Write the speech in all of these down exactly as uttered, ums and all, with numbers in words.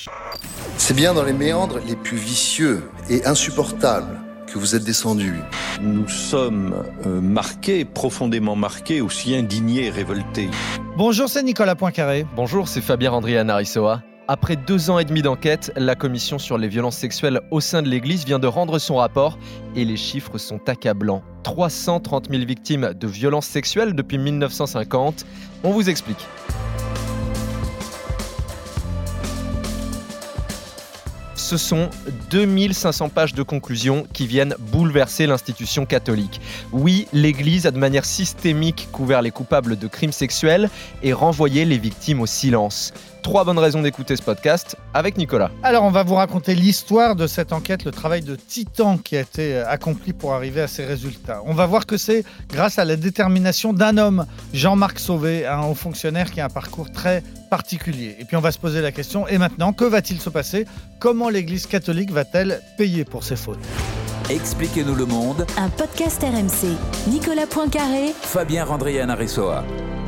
C'est bien dans les méandres les plus vicieux et insupportables que vous êtes descendus. Nous sommes euh, marqués, profondément marqués, aussi indignés et révoltés. Bonjour, c'est Nicolas Poincaré. Bonjour, c'est Fabien Andrianarisoa. Après deux ans et demi d'enquête, la commission sur les violences sexuelles au sein de l'Église vient de rendre son rapport et les chiffres sont accablants. trois cent trente mille victimes de violences sexuelles depuis dix-neuf cent cinquante. On vous explique. Ce sont deux mille cinq cents pages de conclusions qui viennent bouleverser l'institution catholique. Oui, l'Église a de manière systémique couvert les coupables de crimes sexuels et renvoyé les victimes au silence. Trois bonnes raisons d'écouter ce podcast avec Nicolas. Alors, on va vous raconter l'histoire de cette enquête, le travail de titan qui a été accompli pour arriver à ces résultats. On va voir que c'est grâce à la détermination d'un homme, Jean-Marc Sauvé, un haut fonctionnaire qui a un parcours très particulier. Et puis, on va se poser la question, et maintenant, que va-t-il se passer ? Comment l'Église catholique va-t-elle payer pour ses fautes ? Expliquez-nous le monde. Un podcast R M C. Nicolas Poincaré. Fabien Andrianarisoa.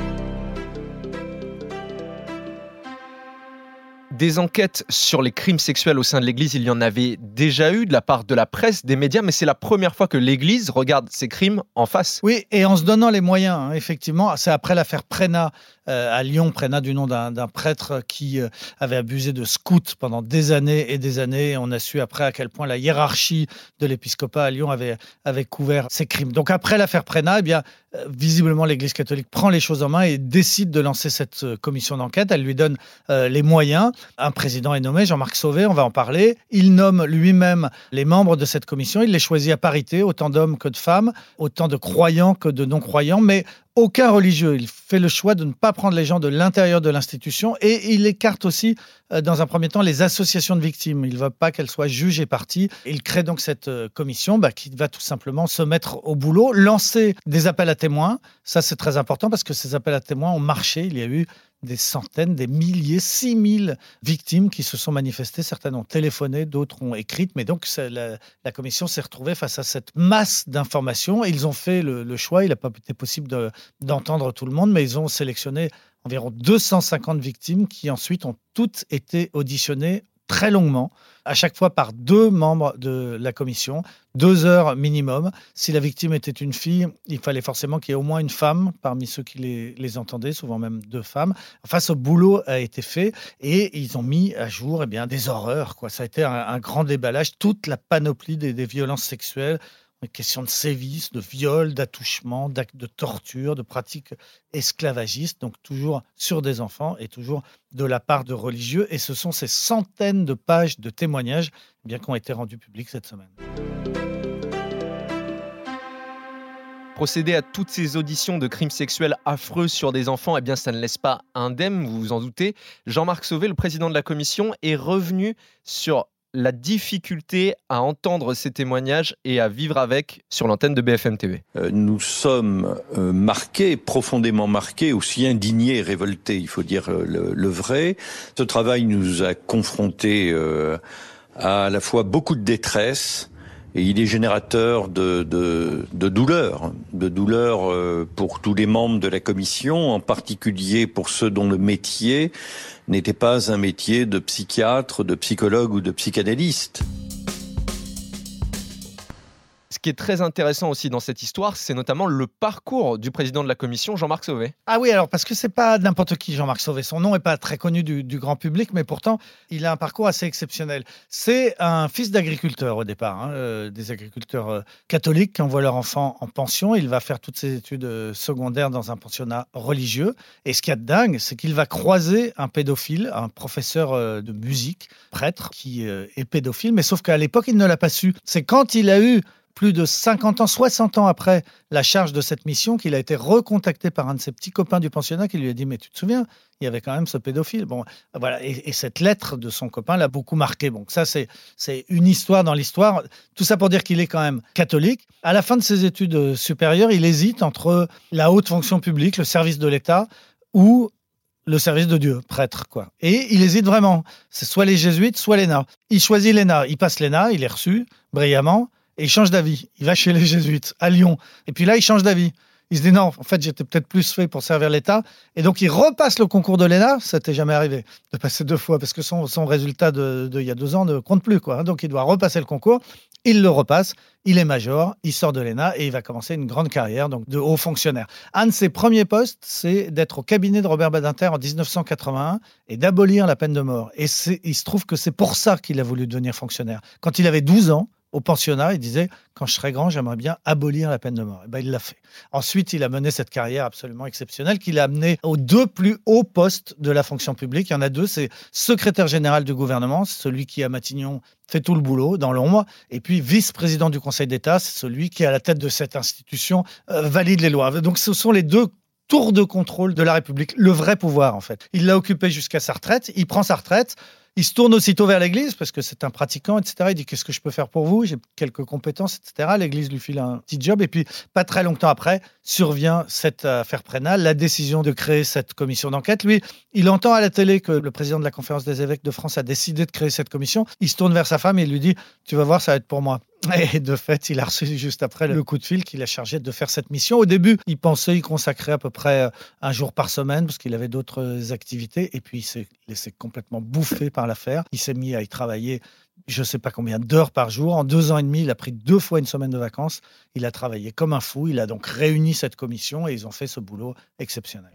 Des enquêtes sur les crimes sexuels au sein de l'Église, il y en avait déjà eu de la part de la presse, des médias, mais c'est la première fois que l'Église regarde ces crimes en face. Oui, et en se donnant les moyens, hein, effectivement. C'est après l'affaire Prénat euh, à Lyon, Prénat du nom d'un, d'un prêtre qui euh, avait abusé de scouts pendant des années et des années. Et on a su après à quel point la hiérarchie de l'épiscopat à Lyon avait, avait couvert ces crimes. Donc après l'affaire Prénat, eh bien, euh, visiblement l'Église catholique prend les choses en main et décide de lancer cette euh, commission d'enquête. Elle lui donne euh, les moyens. Un président est nommé, Jean-Marc Sauvé, on va en parler. Il nomme lui-même les membres de cette commission. Il les choisit à parité, autant d'hommes que de femmes, autant de croyants que de non-croyants, mais aucun religieux. Il fait le choix de ne pas prendre les gens de l'intérieur de l'institution et il écarte aussi, dans un premier temps, les associations de victimes. Il ne veut pas qu'elles soient juges et parties. Il crée donc cette commission bah, qui va tout simplement se mettre au boulot, lancer des appels à témoins. Ça, c'est très important parce que ces appels à témoins ont marché. Il y a eu des centaines, des milliers, six mille victimes qui se sont manifestées. Certaines ont téléphoné, d'autres ont écrit. Mais donc, la, la commission s'est retrouvée face à cette masse d'informations. Ils ont fait le, le choix. Il n'a pas été possible de, d'entendre tout le monde, mais ils ont sélectionné environ deux cent cinquante victimes qui ensuite ont toutes été auditionnées très longuement, à chaque fois par deux membres de la commission, deux heures minimum. Si la victime était une fille, il fallait forcément qu'il y ait au moins une femme parmi ceux qui les, les entendaient, souvent même deux femmes. Enfin, ce boulot a été fait et ils ont mis à jour eh bien, des horreurs, quoi. Ça a été un, un grand déballage, toute la panoplie des, des violences sexuelles. Une question de sévices, de viols, d'attouchements, d'actes de torture, de pratiques esclavagistes, donc toujours sur des enfants et toujours de la part de religieux. Et ce sont ces centaines de pages de témoignages eh bien, qui ont été rendus publics cette semaine. Procéder à toutes ces auditions de crimes sexuels affreux sur des enfants, eh bien, ça ne laisse pas indemne, vous vous en doutez. Jean-Marc Sauvé, le président de la commission, est revenu sur la difficulté à entendre ces témoignages et à vivre avec sur l'antenne de B F M T V. Euh, nous sommes euh, marqués, profondément marqués, aussi indignés et révoltés, il faut dire euh, le, le vrai. Ce travail nous a confrontés euh, à, à la fois beaucoup de détresse, et il est générateur de, de, de douleur, de douleur euh, pour tous les membres de la commission, en particulier pour ceux dont le métier n'était pas un métier de psychiatre, de psychologue ou de psychanalyste. Ce qui est très intéressant aussi dans cette histoire, c'est notamment le parcours du président de la commission, Jean-Marc Sauvé. Ah oui, alors parce que c'est pas n'importe qui, Jean-Marc Sauvé. Son nom n'est pas très connu du, du grand public, mais pourtant, il a un parcours assez exceptionnel. C'est un fils d'agriculteur au départ, hein, euh, des agriculteurs euh, catholiques qui envoient leur enfant en pension. Il va faire toutes ses études euh, secondaires dans un pensionnat religieux. Et ce qu'il y a de dingue, c'est qu'il va croiser un pédophile, un professeur euh, de musique, prêtre, qui euh, est pédophile, mais sauf qu'à l'époque, il ne l'a pas su. C'est quand il a eu plus de cinquante ans, soixante ans après la charge de cette mission, qu'il a été recontacté par un de ses petits copains du pensionnat qui lui a dit « Mais tu te souviens, il y avait quand même ce pédophile. » Bon, voilà. Et, et cette lettre de son copain l'a beaucoup marqué. Bon, ça, c'est, c'est une histoire dans l'histoire. Tout ça pour dire qu'il est quand même catholique. À la fin de ses études supérieures, il hésite entre la haute fonction publique, le service de l'État, ou le service de Dieu, prêtre, quoi. Et il hésite vraiment. C'est soit les jésuites, soit l'E N A. Il choisit l'E N A. Il passe l'E N A, il est reçu brillamment. Et il change d'avis. Il va chez les jésuites, à Lyon. Et puis là, il change d'avis. Il se dit non, en fait, j'étais peut-être plus fait pour servir l'État. Et donc, il repasse le concours de l'E N A. Ça t'est jamais arrivé de passer deux fois parce que son, son résultat de, de il y a deux ans ne compte plus, quoi. Donc, il doit repasser le concours. Il le repasse. Il est major. Il sort de l'E N A et il va commencer une grande carrière donc de haut fonctionnaire. Un de ses premiers postes, c'est d'être au cabinet de Robert Badinter en dix-neuf cent quatre-vingt-un et d'abolir la peine de mort. Et c'est, il se trouve que c'est pour ça qu'il a voulu devenir fonctionnaire. Quand il avait douze ans, au pensionnat, il disait « Quand je serai grand, j'aimerais bien abolir la peine de mort ». Et ben, il l'a fait. Ensuite, il a mené cette carrière absolument exceptionnelle qu'il a amenée aux deux plus hauts postes de la fonction publique. Il y en a deux, c'est secrétaire général du gouvernement, celui qui, à Matignon, fait tout le boulot dans l'ombre, et puis vice-président du Conseil d'État, c'est celui qui, à la tête de cette institution, euh, valide les lois. Donc, ce sont les deux tours de contrôle de la République, le vrai pouvoir, en fait. Il l'a occupé jusqu'à sa retraite, il prend sa retraite. Il se tourne aussitôt vers l'Église parce que c'est un pratiquant, et cetera. Il dit « Qu'est-ce que je peux faire pour vous ? J'ai quelques compétences, et cetera » L'Église lui file un petit job. Et puis, pas très longtemps après, survient cette affaire Prénat, la décision de créer cette commission d'enquête. Lui, il entend à la télé que le président de la Conférence des évêques de France a décidé de créer cette commission. Il se tourne vers sa femme et il lui dit « Tu vas voir, ça va être pour moi ». Et de fait, il a reçu juste après le coup de fil qu'il a chargé de faire cette mission. Au début, il pensait y consacrer à peu près un jour par semaine parce qu'il avait d'autres activités. Et puis, il s'est laissé complètement bouffer par l'affaire. Il s'est mis à y travailler je ne sais pas combien d'heures par jour. En deux ans et demi, il a pris deux fois une semaine de vacances. Il a travaillé comme un fou. Il a donc réuni cette commission et ils ont fait ce boulot exceptionnel.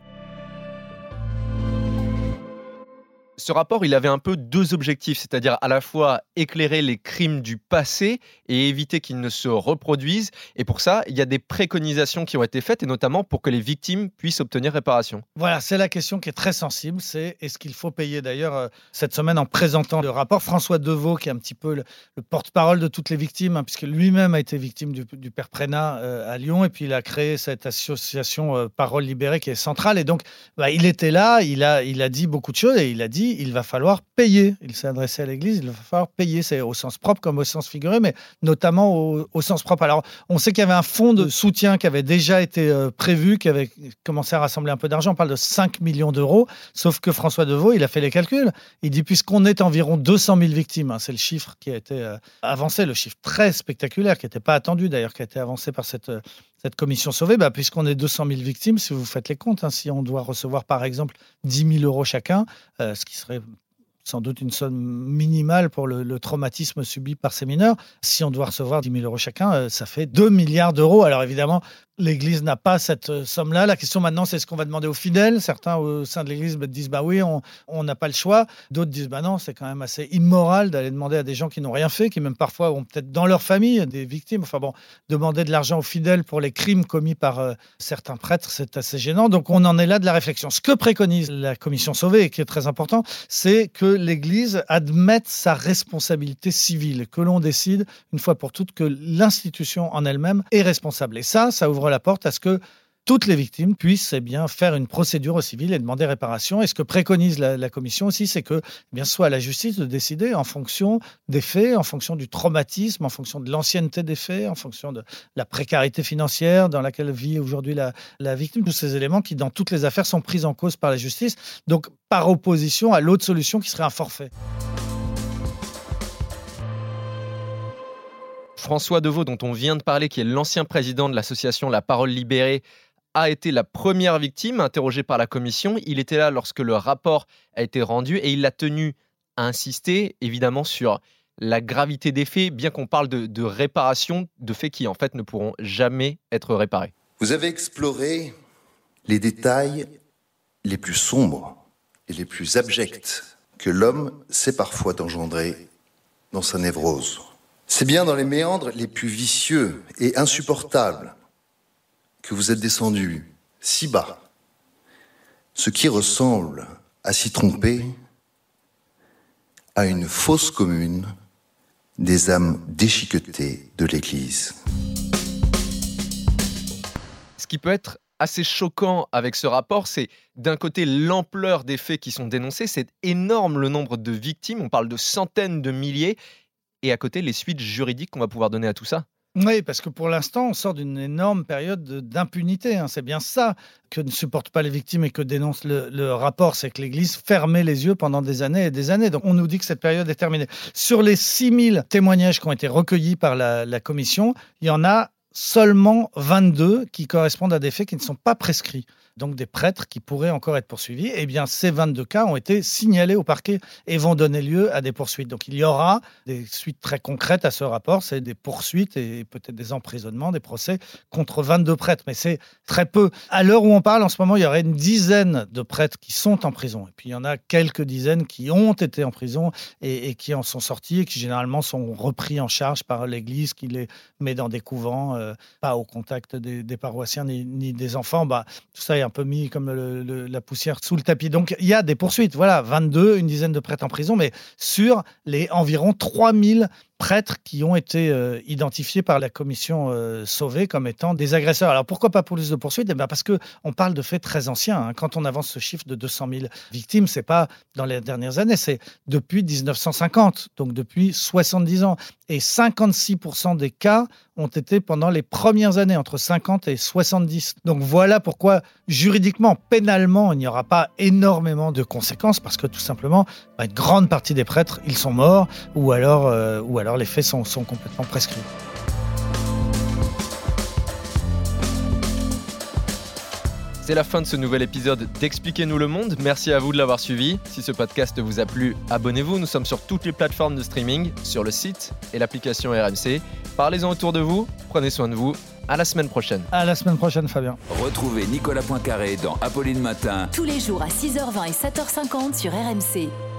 Ce rapport, il avait un peu deux objectifs, c'est-à-dire à la fois éclairer les crimes du passé et éviter qu'ils ne se reproduisent. Et pour ça, il y a des préconisations qui ont été faites, et notamment pour que les victimes puissent obtenir réparation. Voilà, c'est la question qui est très sensible. C'est est-ce qu'il faut payer d'ailleurs euh, cette semaine en présentant le rapport. François Deveau, qui est un petit peu le, le porte-parole de toutes les victimes, hein, puisque lui-même a été victime du, du père Prénat euh, à Lyon, et puis il a créé cette association euh, Parole Libérée qui est centrale. Et donc, bah, il était là, il a, il a dit beaucoup de choses, et il a dit il va falloir payer. Il s'est adressé à l'Église, il va falloir payer. C'est au sens propre comme au sens figuré, mais notamment au, au sens propre. Alors, on sait qu'il y avait un fonds de soutien qui avait déjà été euh, prévu, qui avait commencé à rassembler un peu d'argent. On parle de cinq millions d'euros, sauf que François Deveau, il a fait les calculs. Il dit, puisqu'on est environ deux cent mille victimes, hein, c'est le chiffre qui a été euh, avancé, le chiffre très spectaculaire, qui n'était pas attendu d'ailleurs, qui a été avancé par cette... Euh, Cette commission sauvée, bah, puisqu'on est deux cent mille victimes, si vous faites les comptes, hein, si on doit recevoir par exemple dix mille euros chacun, euh, ce qui serait sans doute une somme minimale pour le, le traumatisme subi par ces mineurs, si on doit recevoir dix mille euros chacun, euh, ça fait deux milliards d'euros. Alors évidemment, l'Église n'a pas cette somme-là. La question maintenant, c'est ce qu'on va demander aux fidèles. Certains au sein de l'Église disent bah oui, on n'a pas le choix. D'autres disent bah non, c'est quand même assez immoral d'aller demander à des gens qui n'ont rien fait, qui même parfois ont peut-être dans leur famille des victimes. Enfin bon, demander de l'argent aux fidèles pour les crimes commis par euh, certains prêtres, c'est assez gênant. Donc on en est là de la réflexion. Ce que préconise la commission sauvée, et qui est très important, c'est que l'Église admette sa responsabilité civile, que l'on décide une fois pour toutes que l'institution en elle-même est responsable. Et ça, ça ouvre la porte à ce que toutes les victimes puissent eh bien, faire une procédure au civil et demander réparation. Et ce que préconise la, la commission aussi, c'est que eh bien, soit à la justice de décider en fonction des faits, en fonction du traumatisme, en fonction de l'ancienneté des faits, en fonction de la précarité financière dans laquelle vit aujourd'hui la, la victime, tous ces éléments qui, dans toutes les affaires, sont pris en cause par la justice, donc par opposition à l'autre solution qui serait un forfait. François Deveau, dont on vient de parler, qui est l'ancien président de l'association La Parole Libérée, a été la première victime interrogée par la commission. Il était là lorsque le rapport a été rendu et il a tenu à insister évidemment sur la gravité des faits, bien qu'on parle de, de réparation, de faits qui en fait ne pourront jamais être réparés. Vous avez exploré les détails les plus sombres et les plus abjects que l'homme sait parfois engendrer dans sa névrose. C'est bien dans les méandres les plus vicieux et insupportables que vous êtes descendus si bas, ce qui ressemble à s'y tromper à une fausse commune des âmes déchiquetées de l'Église. Ce qui peut être assez choquant avec ce rapport, c'est d'un côté l'ampleur des faits qui sont dénoncés, c'est énorme le nombre de victimes, on parle de centaines de milliers, et à côté, les suites juridiques qu'on va pouvoir donner à tout ça. Oui, parce que pour l'instant, on sort d'une énorme période d'impunité. Hein. C'est bien ça que ne supportent pas les victimes et que dénonce le, le rapport. C'est que l'Église fermait les yeux pendant des années et des années. Donc, on nous dit que cette période est terminée. Sur les six mille témoignages qui ont été recueillis par la, la commission, il y en a seulement vingt-deux qui correspondent à des faits qui ne sont pas prescrits. Donc des prêtres qui pourraient encore être poursuivis. Eh bien, ces vingt-deux cas ont été signalés au parquet et vont donner lieu à des poursuites. Donc il y aura des suites très concrètes à ce rapport. C'est des poursuites et peut-être des emprisonnements, des procès contre vingt-deux prêtres. Mais c'est très peu. À l'heure où on parle, en ce moment, il y aurait une dizaine de prêtres qui sont en prison. Et puis il y en a quelques dizaines qui ont été en prison et, et qui en sont sortis et qui généralement sont repris en charge par l'Église qui les met dans des couvents, euh, pas au contact des, des paroissiens ni, ni des enfants. Bah, tout ça est un peu mis comme le, le, la poussière sous le tapis. Donc, il y a des poursuites. Voilà, vingt-deux, une dizaine de prêtres en prison, mais sur les environ trois mille prêtres qui ont été euh, identifiés par la commission euh, Sauvé comme étant des agresseurs. Alors, pourquoi pas plus de poursuites ? Eh bien, parce qu'on parle de faits très anciens. Hein. Quand on avance ce chiffre de deux cent mille victimes, ce n'est pas dans les dernières années, c'est depuis dix-neuf cent cinquante, donc depuis soixante-dix ans. Et cinquante-six pour cent des cas ont été pendant les premières années, entre cinquante et soixante-dix. Donc voilà pourquoi, juridiquement, pénalement, il n'y aura pas énormément de conséquences, parce que tout simplement, une grande partie des prêtres, ils sont morts, ou alors, euh, ou alors les faits sont, sont complètement prescrits. C'est la fin de ce nouvel épisode d'Expliquez-nous le monde. Merci à vous de l'avoir suivi. Si ce podcast vous a plu, abonnez-vous. Nous sommes sur toutes les plateformes de streaming, sur le site et l'application R M C. Parlez-en autour de vous. Prenez soin de vous. À la semaine prochaine. À la semaine prochaine, Fabien. Retrouvez Nicolas Poincaré dans Apolline Matin. Tous les jours à six heures vingt et sept heures cinquante sur R M C.